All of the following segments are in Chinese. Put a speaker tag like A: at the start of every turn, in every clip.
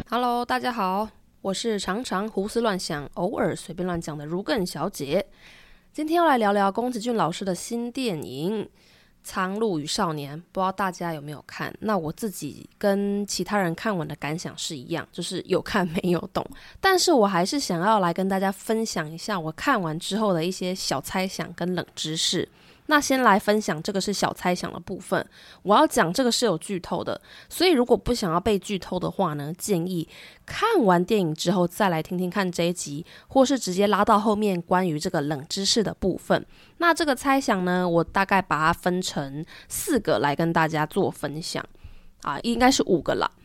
A: Hello， 大家好，我是常常胡思乱想、偶尔随便乱讲的如更小姐。今天要来聊聊宫崎骏老师的新电影《苍鹭与少年》，不知道大家有没有看？那我自己跟其他人看完的感想是一样，就是有看没有懂。但是我还是想要来跟大家分享一下我看完之后的一些小猜想跟冷知识。那先来分享这个是小猜想的部分，我要讲这个是有剧透的，所以如果不想要被剧透的话呢，建议看完电影之后再来听听看这一集，或是直接拉到后面关于这个冷知识的部分。那这个猜想呢，我大概把它分成4个来跟大家做分享应该是5个啦。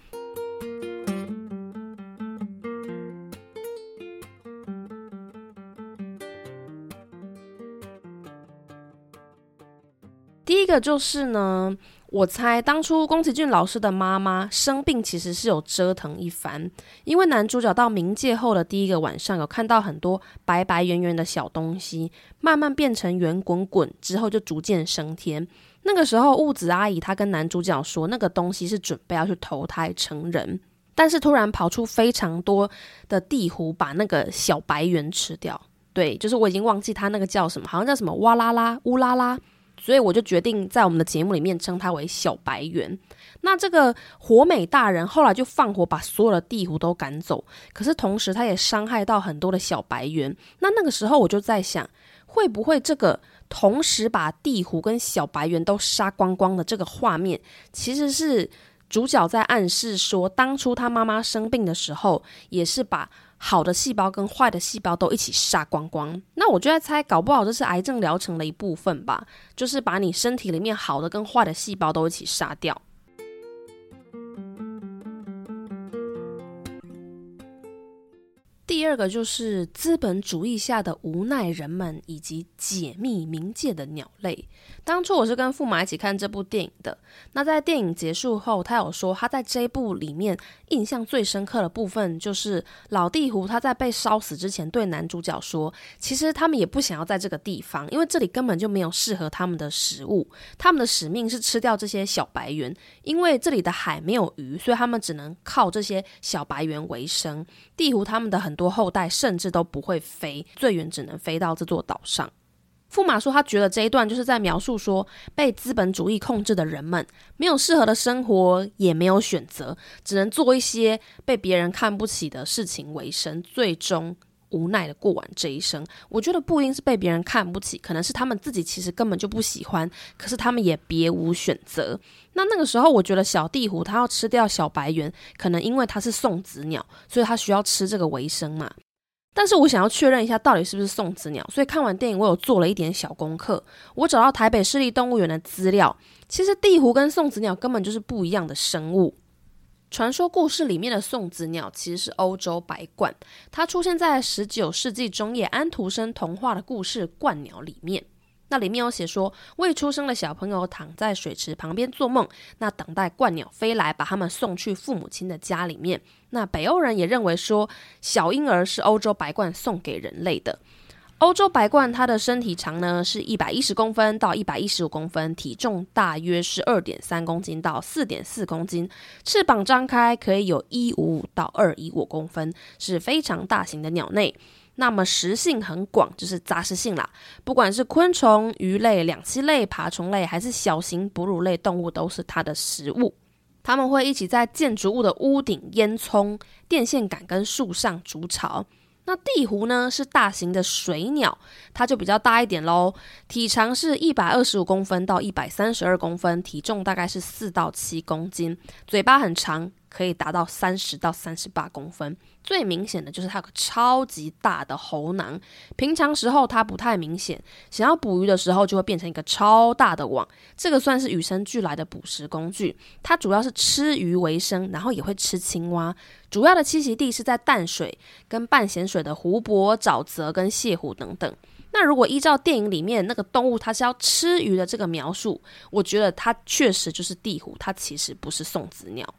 A: 第一个就是呢，我猜当初宫崎骏老师的妈妈生病其实是有折腾一番，因为男主角到冥界后的第一个晚上有看到很多白白圆圆的小东西，慢慢变成圆滚滚之后就逐渐升天。那个时候雾子阿姨她跟男主角说，那个东西是准备要去投胎成人，但是突然跑出非常多的地狐把那个小白圆吃掉。对，就是我已经忘记他那个叫什么，好像叫什么哇啦啦乌拉拉，所以我就决定在我们的节目里面称它为小白猿。那这个火美大人后来就放火把所有的地狐都赶走，可是同时他也伤害到很多的小白猿。那个时候我就在想，会不会这个同时把地狐跟小白猿都杀光光的这个画面，其实是主角在暗示说，当初他妈妈生病的时候，也是把好的细胞跟坏的细胞都一起杀光光。那我就在猜，搞不好这是癌症疗程的一部分吧，就是把你身体里面好的跟坏的细胞都一起杀掉。第二个就是资本主义下的无奈人们以及解密冥界的鸟类。当初我是跟驸马一起看这部电影的，那在电影结束后，他有说他在这一部里面印象最深刻的部分就是老地狐他在被烧死之前对男主角说，其实他们也不想要在这个地方，因为这里根本就没有适合他们的食物，他们的使命是吃掉这些小白猿，因为这里的海没有鱼，所以他们只能靠这些小白猿为生。地狐他们的很多后代甚至都不会飞，最远只能飞到这座岛上。驸马说他觉得这一段就是在描述说，被资本主义控制的人们没有适合的生活，也没有选择，只能做一些被别人看不起的事情为生，最终无奈的过完这一生。我觉得不一定是被别人看不起，可能是他们自己其实根本就不喜欢，可是他们也别无选择。那个时候我觉得小地狐他要吃掉小白猿，可能因为他是送子鸟，所以他需要吃这个为生嘛。但是我想要确认一下到底是不是送子鸟，所以看完电影我有做了一点小功课，我找到台北市立动物园的资料，其实地狐跟送子鸟根本就是不一样的生物。传说故事里面的送子鸟其实是欧洲白鹳，它出现在19世纪中叶安徒生童话的故事《鹳鸟》里面。那里面有写说，未出生的小朋友躺在水池旁边做梦，那等待鹳鸟飞来把他们送去父母亲的家里面。那北欧人也认为说，小婴儿是欧洲白鹳送给人类的。欧洲白鹳它的身体长呢是110公分到115公分，体重大约是 2.3 公斤到 4.4 公斤，翅膀张开可以有155到215公分，是非常大型的鸟类。那么食性很广，就是杂食性啦，不管是昆虫、鱼类、两栖类、爬虫类还是小型哺乳类动物都是它的食物。它们会一起在建筑物的屋顶、烟囱、电线杆跟树上筑巢。那地狐呢是大型的水鸟，它就比较大一点咯，体长是125公分到132公分，体重大概是4到7公斤，嘴巴很长，可以达到30到38公分。最明显的就是它有个超级大的喉囊，平常时候它不太明显，想要捕鱼的时候就会变成一个超大的网，这个算是与生俱来的捕食工具。它主要是吃鱼为生，然后也会吃青蛙，主要的栖息地是在淡水跟半咸水的湖泊、沼泽跟泻湖等等。那如果依照电影里面那个动物它是要吃鱼的这个描述，我觉得它确实就是地狐，它其实不是送子鸟。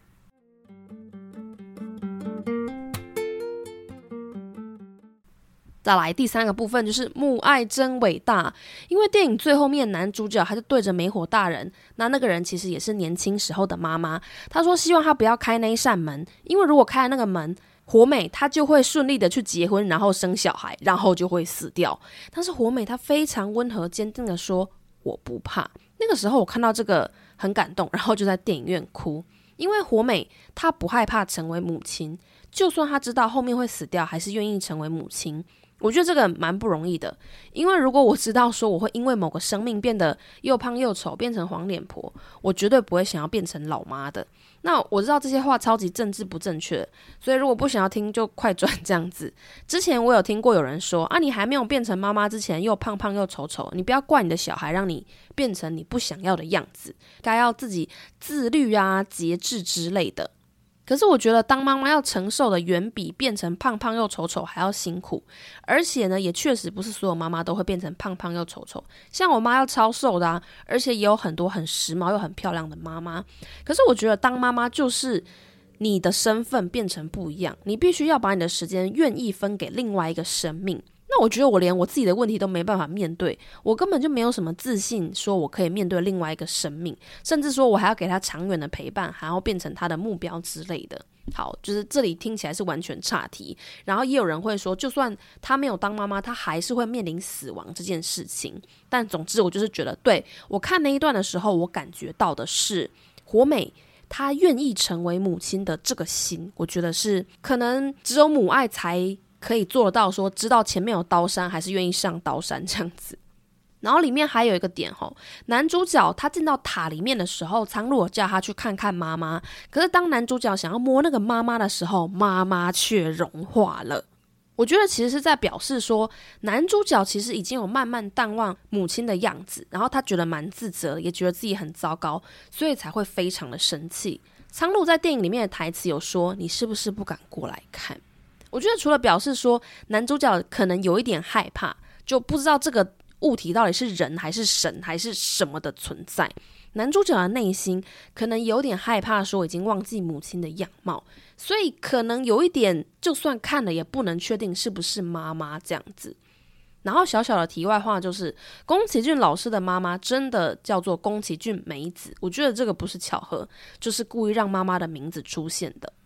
A: 再来第三个部分就是母爱真伟大，因为电影最后面男主角他就对着美火大人，那个人其实也是年轻时候的妈妈，他说希望他不要开那一扇门，因为如果开了那个门，火美她就会顺利的去结婚，然后生小孩，然后就会死掉。但是火美她非常温和坚定的说我不怕。那个时候我看到这个很感动，然后就在电影院哭，因为火美她不害怕成为母亲，就算她知道后面会死掉，还是愿意成为母亲。我觉得这个蛮不容易的，因为如果我知道说我会因为某个生命变得又胖又丑，变成黄脸婆，我绝对不会想要变成老妈的。那我知道这些话超级政治不正确，所以如果不想要听就快转这样子。之前我有听过有人说你还没有变成妈妈之前又胖胖又丑丑，你不要怪你的小孩让你变成你不想要的样子，该要自己自律啊、节制之类的。可是我觉得当妈妈要承受的远比变成胖胖又丑丑还要辛苦，而且呢也确实不是所有妈妈都会变成胖胖又丑丑，像我妈要超瘦的而且也有很多很时髦又很漂亮的妈妈。可是我觉得当妈妈就是你的身份变成不一样，你必须要把你的时间愿意分给另外一个生命。那我觉得我连我自己的问题都没办法面对，我根本就没有什么自信说我可以面对另外一个生命，甚至说我还要给他长远的陪伴，还要变成他的目标之类的。好，就是这里听起来是完全岔题，然后也有人会说就算他没有当妈妈，他还是会面临死亡这件事情。但总之我就是觉得，对，我看那一段的时候，我感觉到的是火美她愿意成为母亲的这个心，我觉得是可能只有母爱才可以做得到，说知道前面有刀山还是愿意上刀山这样子。然后里面还有一个点男主角他进到塔里面的时候，苍鹭有叫他去看看妈妈，可是当男主角想要摸那个妈妈的时候，妈妈却融化了。我觉得其实是在表示说，男主角其实已经有慢慢淡忘母亲的样子，然后他觉得蛮自责，也觉得自己很糟糕，所以才会非常的生气。苍鹭在电影里面的台词有说，你是不是不敢过来看？我觉得除了表示说男主角可能有一点害怕，就不知道这个物体到底是人还是神还是什么的存在，男主角的内心可能有点害怕说已经忘记母亲的样貌，所以可能有一点就算看了也不能确定是不是妈妈这样子。然后小小的题外话就是宫崎骏老师的妈妈真的叫做宫崎骏美子，我觉得这个不是巧合，就是故意让妈妈的名字出现的。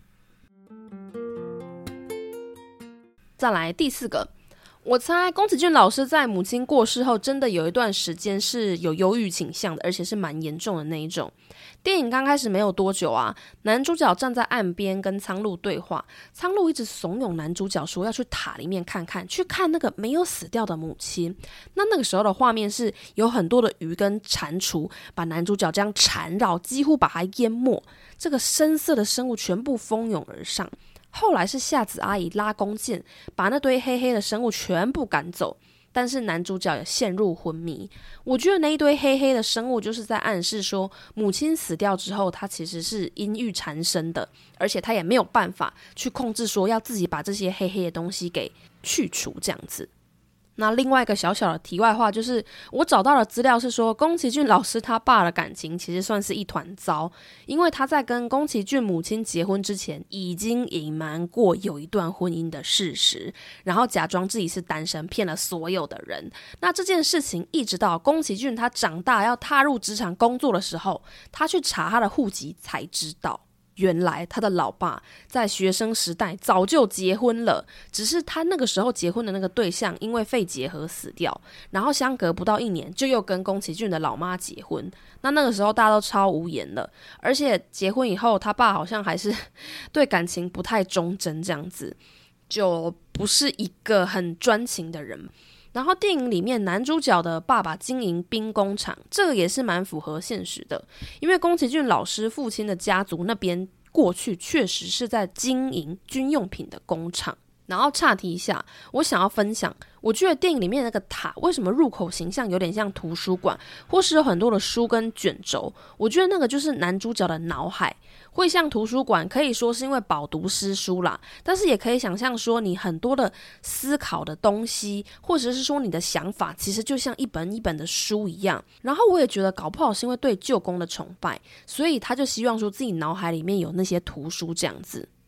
A: 再来第四个，我猜宫崎骏老师在母亲过世后真的有一段时间是有忧郁倾向的，而且是蛮严重的那一种。电影刚开始没有多久男主角站在岸边跟苍鹭对话，苍鹭一直怂恿男主角说要去塔里面看看，去看那个没有死掉的母亲。那个时候的画面是有很多的鱼跟蟾蜍把男主角这样缠绕，几乎把他淹没，这个深色的生物全部蜂拥而上。后来是夏子阿姨拉弓箭把那堆黑黑的生物全部赶走，但是男主角也陷入昏迷。我觉得那一堆黑黑的生物就是在暗示说，母亲死掉之后他其实是阴郁缠身的，而且他也没有办法去控制说要自己把这些黑黑的东西给去除这样子。那另外一个小小的题外话就是我找到的资料是说，宫崎骏老师他爸的感情其实算是一团糟，因为他在跟宫崎骏母亲结婚之前已经隐瞒过有一段婚姻的事实，然后假装自己是单身，骗了所有的人。那这件事情一直到宫崎骏他长大要踏入职场工作的时候，他去查他的户籍才知道，原来他的老爸在学生时代早就结婚了，只是他那个时候结婚的那个对象因为肺结核死掉，然后相隔不到1年就又跟宫崎骏的老妈结婚。那个时候大家都超无言了，而且结婚以后他爸好像还是对感情不太忠贞这样子，就不是一个很专情的人。然后电影里面男主角的爸爸经营兵工厂，这个也是蛮符合现实的，因为宫崎骏老师父亲的家族那边过去确实是在经营军用品的工厂。然后岔题一下，我想要分享，我觉得电影里面那个塔为什么入口形象有点像图书馆，或是有很多的书跟卷轴，我觉得那个就是男主角的脑海会像图书馆，可以说是因为饱读诗书啦，但是也可以想象说你很多的思考的东西，或者是说你的想法其实就像一本一本的书一样。然后我也觉得搞不好是因为对舅公的崇拜，所以他就希望说自己脑海里面有那些图书这样子。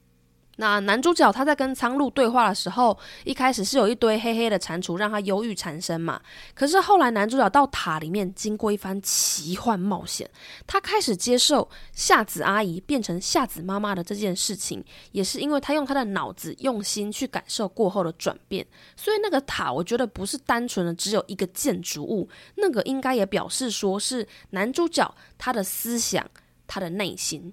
A: 那男主角他在跟苍鹭对话的时候，一开始是有一堆黑黑的蟾蜍让他忧郁缠身嘛，可是后来男主角到塔里面经过一番奇幻冒险，他开始接受夏子阿姨变成夏子妈妈的这件事情，也是因为他用他的脑子用心去感受过后的转变。所以那个塔我觉得不是单纯的只有一个建筑物，那个应该也表示说是男主角他的思想，他的内心。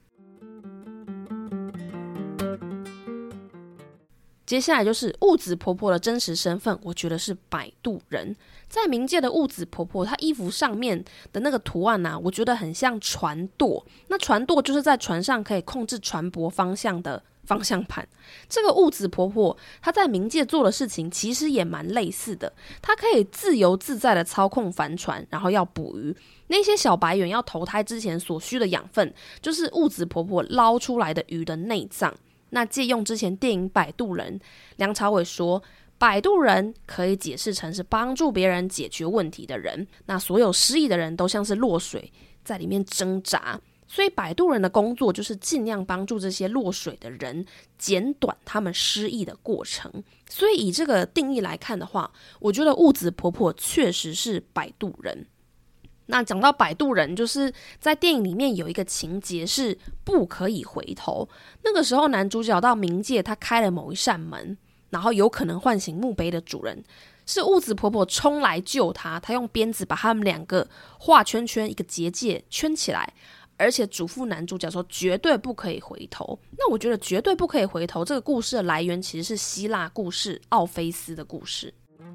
A: 接下来就是雾子婆婆的真实身份，我觉得是摆渡人。在冥界的雾子婆婆，她衣服上面的那个图案啊，我觉得很像船舵。那船舵就是在船上可以控制船舶方向的方向盘。这个雾子婆婆，她在冥界做的事情其实也蛮类似的，她可以自由自在的操控帆船，然后要捕鱼。那些小白猿要投胎之前所需的养分，就是雾子婆婆捞出来的鱼的内脏。那借用之前电影《摆渡人》，梁朝伟说，摆渡人可以解释成是帮助别人解决问题的人。那所有失意的人都像是落水，在里面挣扎。所以摆渡人的工作就是尽量帮助这些落水的人减短他们失意的过程。所以以这个定义来看的话，我觉得雾子婆婆确实是摆渡人。那讲到摆渡人，就是在电影里面有一个情节是不可以回头。那个时候男主角到冥界，他开了某一扇门，然后有可能唤醒墓碑的主人，是雾子婆婆冲来救他，他用鞭子把他们两个画圈圈，一个结界圈起来，而且嘱咐男主角说绝对不可以回头。那我觉得绝对不可以回头这个故事的来源其实是希腊故事奥菲斯的故事。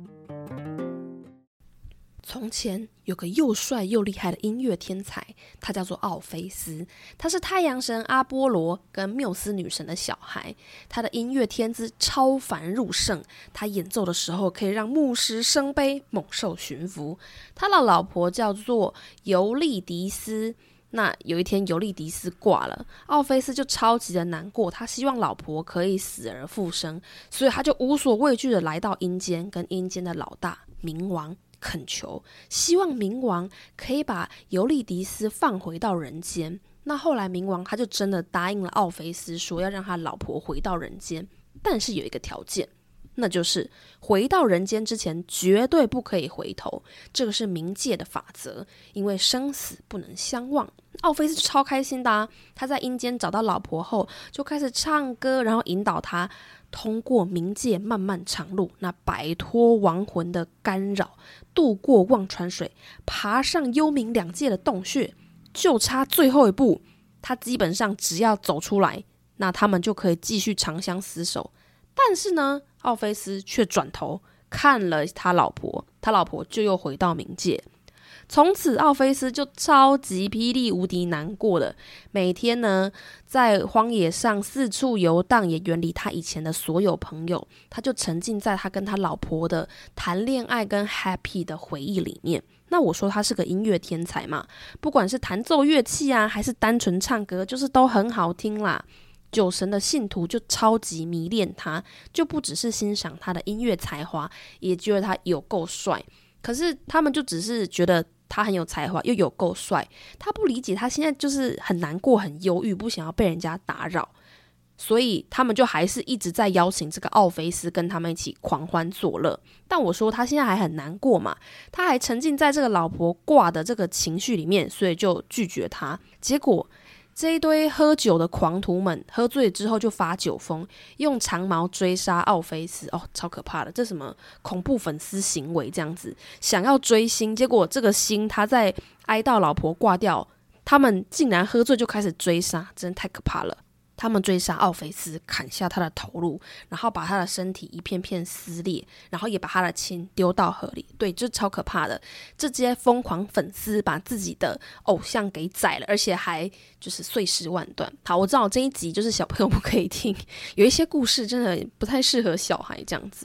A: 从前有个又帅又厉害的音乐天才，他叫做奥菲斯。他是太阳神阿波罗跟缪斯女神的小孩，他的音乐天资超凡入圣，他演奏的时候可以让木石生悲，猛兽驯服。他的老婆叫做尤利迪斯。那有一天尤利迪斯挂了，奥菲斯就超级的难过，他希望老婆可以死而复生，所以他就无所畏惧的来到阴间，跟阴间的老大冥王恳求，希望冥王可以把尤利迪斯放回到人间。那后来冥王他就真的答应了奥菲斯，说要让他老婆回到人间，但是有一个条件，那就是回到人间之前绝对不可以回头，这个是冥界的法则，因为生死不能相忘。奥菲斯超开心的啊，他在阴间找到老婆后就开始唱歌，然后引导他通过冥界漫漫长路，那摆脱亡魂的干扰，渡过忘川水，爬上幽冥两界的洞穴，就差最后一步，他基本上只要走出来，那他们就可以继续长相厮守。但是呢，奥菲斯却转头看了他老婆，他老婆就又回到冥界。从此奥菲斯就超级霹雳无敌难过的，每天呢在荒野上四处游荡，也远离他以前的所有朋友，他就沉浸在他跟他老婆的谈恋爱跟 happy 的回忆里面。那我说他是个音乐天才嘛，不管是弹奏乐器啊，还是单纯唱歌，就是都很好听啦。酒神的信徒就超级迷恋他，就不只是欣赏他的音乐才华，也觉得他有够帅。可是他们就只是觉得他很有才华又有够帅，他不理解他现在就是很难过很忧郁，不想要被人家打扰，所以他们就还是一直在邀请这个奥菲斯跟他们一起狂欢作乐。但我说他现在还很难过嘛，他还沉浸在这个老婆挂的这个情绪里面，所以就拒绝他。结果这一堆喝酒的狂徒们喝醉之后就发酒疯，用长矛追杀奥菲斯，超可怕的，这什么恐怖粉丝行为这样子，想要追星，结果这个星他在哀悼老婆挂掉，他们竟然喝醉就开始追杀，真的太可怕了。他们追杀奥菲斯，砍下他的头颅，然后把他的身体一片片撕裂，然后也把他的亲丢到河里。对，这超可怕的。这些疯狂粉丝把自己的偶像给宰了，而且还就是碎尸万段。好，我知道这一集就是小朋友不可以听，有一些故事真的不太适合小孩这样子。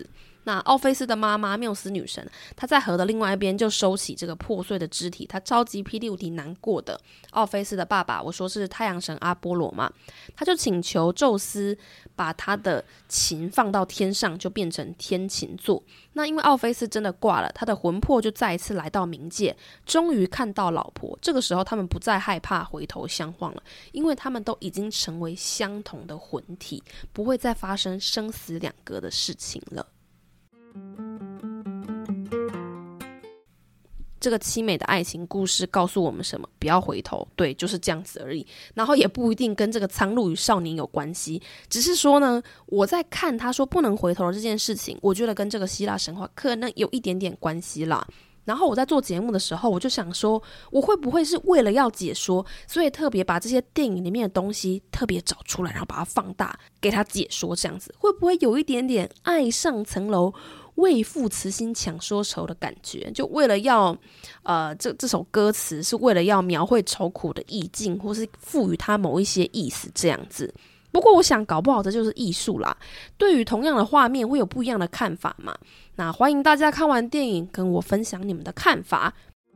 A: 那奥菲斯的妈妈缪斯女神，她在河的另外一边就收起这个破碎的肢体，她超级霹雳无敌难过的。奥菲斯的爸爸，我说是太阳神阿波罗嘛，他就请求宙斯把他的琴放到天上，就变成天琴座。那因为奥菲斯真的挂了，他的魂魄就再一次来到冥界，终于看到老婆。这个时候他们不再害怕回头相望了，因为他们都已经成为相同的魂体，不会再发生生死两隔的事情了。这个凄美的爱情故事告诉我们什么？不要回头，对，就是这样子而已。然后也不一定跟这个苍鹭与少年有关系，只是说呢，我在看他说不能回头的这件事情，我觉得跟这个希腊神话可能有一点点关系啦。然后我在做节目的时候，我就想说，我会不会是为了要解说，所以特别把这些电影里面的东西特别找出来，然后把它放大，给他解说，这样子会不会有一点点爱上层楼？为赋此心强说愁的感觉，就为了要这首歌词是为了要描绘愁苦的意境，或是赋予它某一些意思这样子。不过我想搞不好这就是艺术啦，对于同样的画面会有不一样的看法嘛。那欢迎大家看完电影跟我分享你们的看法。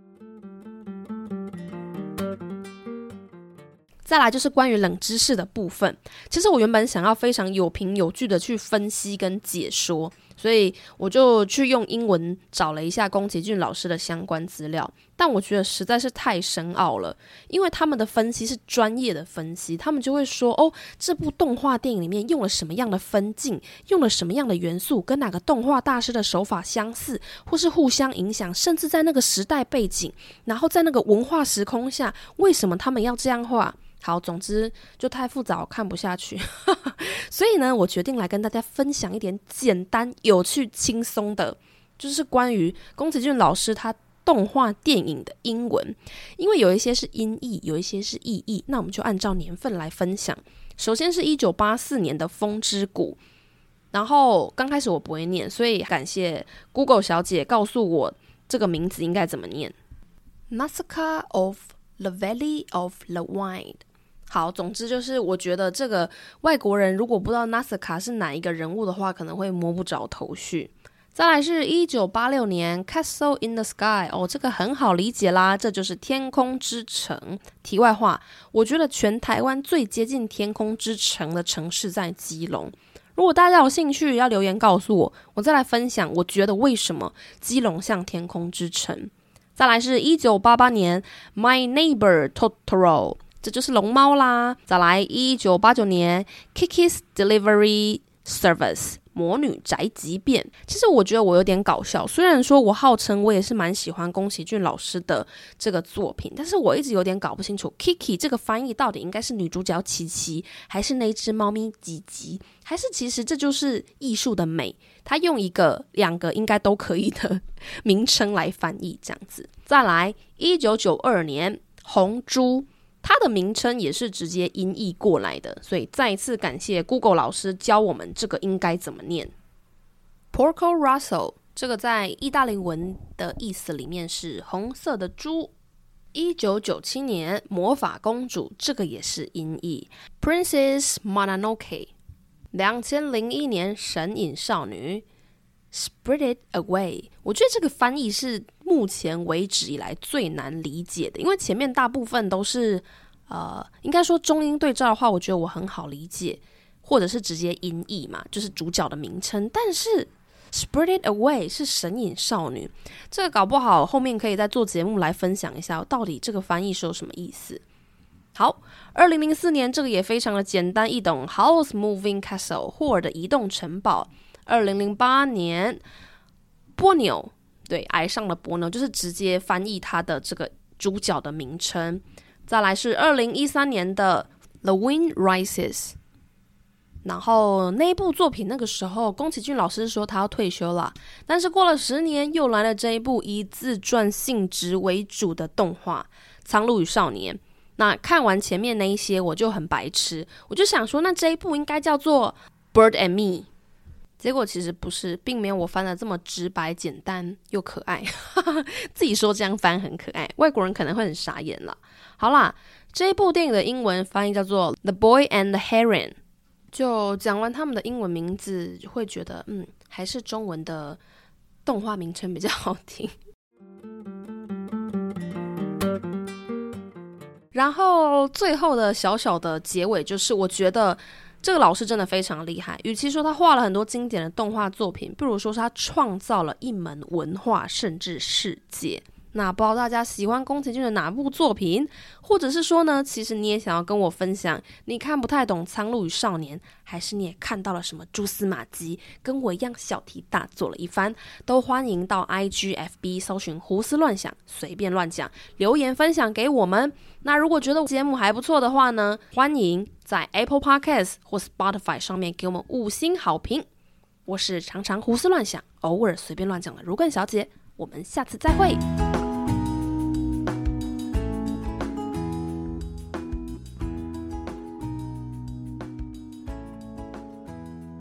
A: 再来就是关于冷知识的部分，其实我原本想要非常有凭有据的去分析跟解说，所以我就去用英文找了一下宫崎骏老师的相关资料，但我觉得实在是太深奥了，因为他们的分析是专业的分析，他们就会说这部动画电影里面用了什么样的分镜，用了什么样的元素，跟哪个动画大师的手法相似，或是互相影响，甚至在那个时代背景，然后在那个文化时空下，为什么他们要这样画。好，总之就太复杂，我看不下去所以呢，我决定来跟大家分享一点简单、有趣、轻松的，就是关于宫崎骏老师他动画电影的英文，因为有一些是音译，有一些是意译，那我们就按照年份来分享。首先是1984年的《风之谷》，然后刚开始我不会念，所以感谢 Google 小姐告诉我这个名字应该怎么念 Nausicaa of the Valley of the Wind。好，总之就是我觉得这个外国人如果不知道 Nausicaa 是哪一个人物的话，可能会摸不着头绪。再来是1986年 Castle in the Sky， 这个很好理解啦，这就是天空之城。题外话，我觉得全台湾最接近天空之城的城市在基隆。如果大家有兴趣要留言告诉我，我再来分享我觉得为什么基隆像天空之城。再来是1988年 My Neighbor Totoro，这就是龙猫啦。再来1989年 Kiki's Delivery Service， 魔女宅急便。其实我觉得我有点搞笑，虽然说我号称我也是蛮喜欢宫崎骏老师的这个作品，但是我一直有点搞不清楚 Kiki 这个翻译到底应该是女主角琪琪，还是那只猫咪吉吉，还是其实这就是艺术的美，他用一个两个应该都可以的名称来翻译这样子。再来1992年红猪，它的名称也是直接音译过来的，所以再一次感谢 Google 老师教我们这个应该怎么念。Porco Rosso 这个在意大利文的意思里面是红色的猪。1997年魔法公主，这个也是音译 Princess Mononoke。 2001年神隐少女 Spirited Away， 我觉得这个翻译是目前为止以来最难理解的，因为前面大部分都是应该说中英对照的话，我觉得我很好理解，或者是直接音译嘛，就是主角的名称。但是 Spirited Away 是神隐少女，这个搞不好后面可以再做节目来分享一下到底这个翻译是有什么意思。好，2004年这个也非常的简单易懂 Howl's Moving Castle 霍尔的移动城堡。2008年波妞，对，爱上了波妞，就是直接翻译他的这个主角的名称。再来是2013年的 The Wind Rises， 然后那一部作品那个时候宫崎骏老师说他要退休了，但是过了10年又来了这一部以自传性质为主的动画苍鹭与少年。那看完前面那一些我就很白痴，我就想说那这一部应该叫做 Bird and Me，结果其实不是，并没有我翻的这么直白简单又可爱自己说这样翻很可爱，外国人可能会很傻眼啦。好啦，这一部电影的英文翻译叫做 The Boy and the Heron， 就讲完他们的英文名字会觉得还是中文的动画名称比较好听。然后最后的小小的结尾就是，我觉得这个老师真的非常厉害，与其说他画了很多经典的动画作品，不如说是他创造了一门文化甚至世界。那不知道大家喜欢宫崎骏的哪部作品，或者是说呢，其实你也想要跟我分享你看不太懂《苍鹭与少年》，还是你也看到了什么蛛丝马迹，跟我一样小题大做了一番，都欢迎到 IGFB 搜寻胡思乱想，随便乱讲，留言分享给我们。那如果觉得节目还不错的话呢，欢迎在 Apple Podcast 或 Spotify 上面给我们5星好评。我是常常胡思乱想，偶尔随便乱讲的如根小姐，我们下次再会。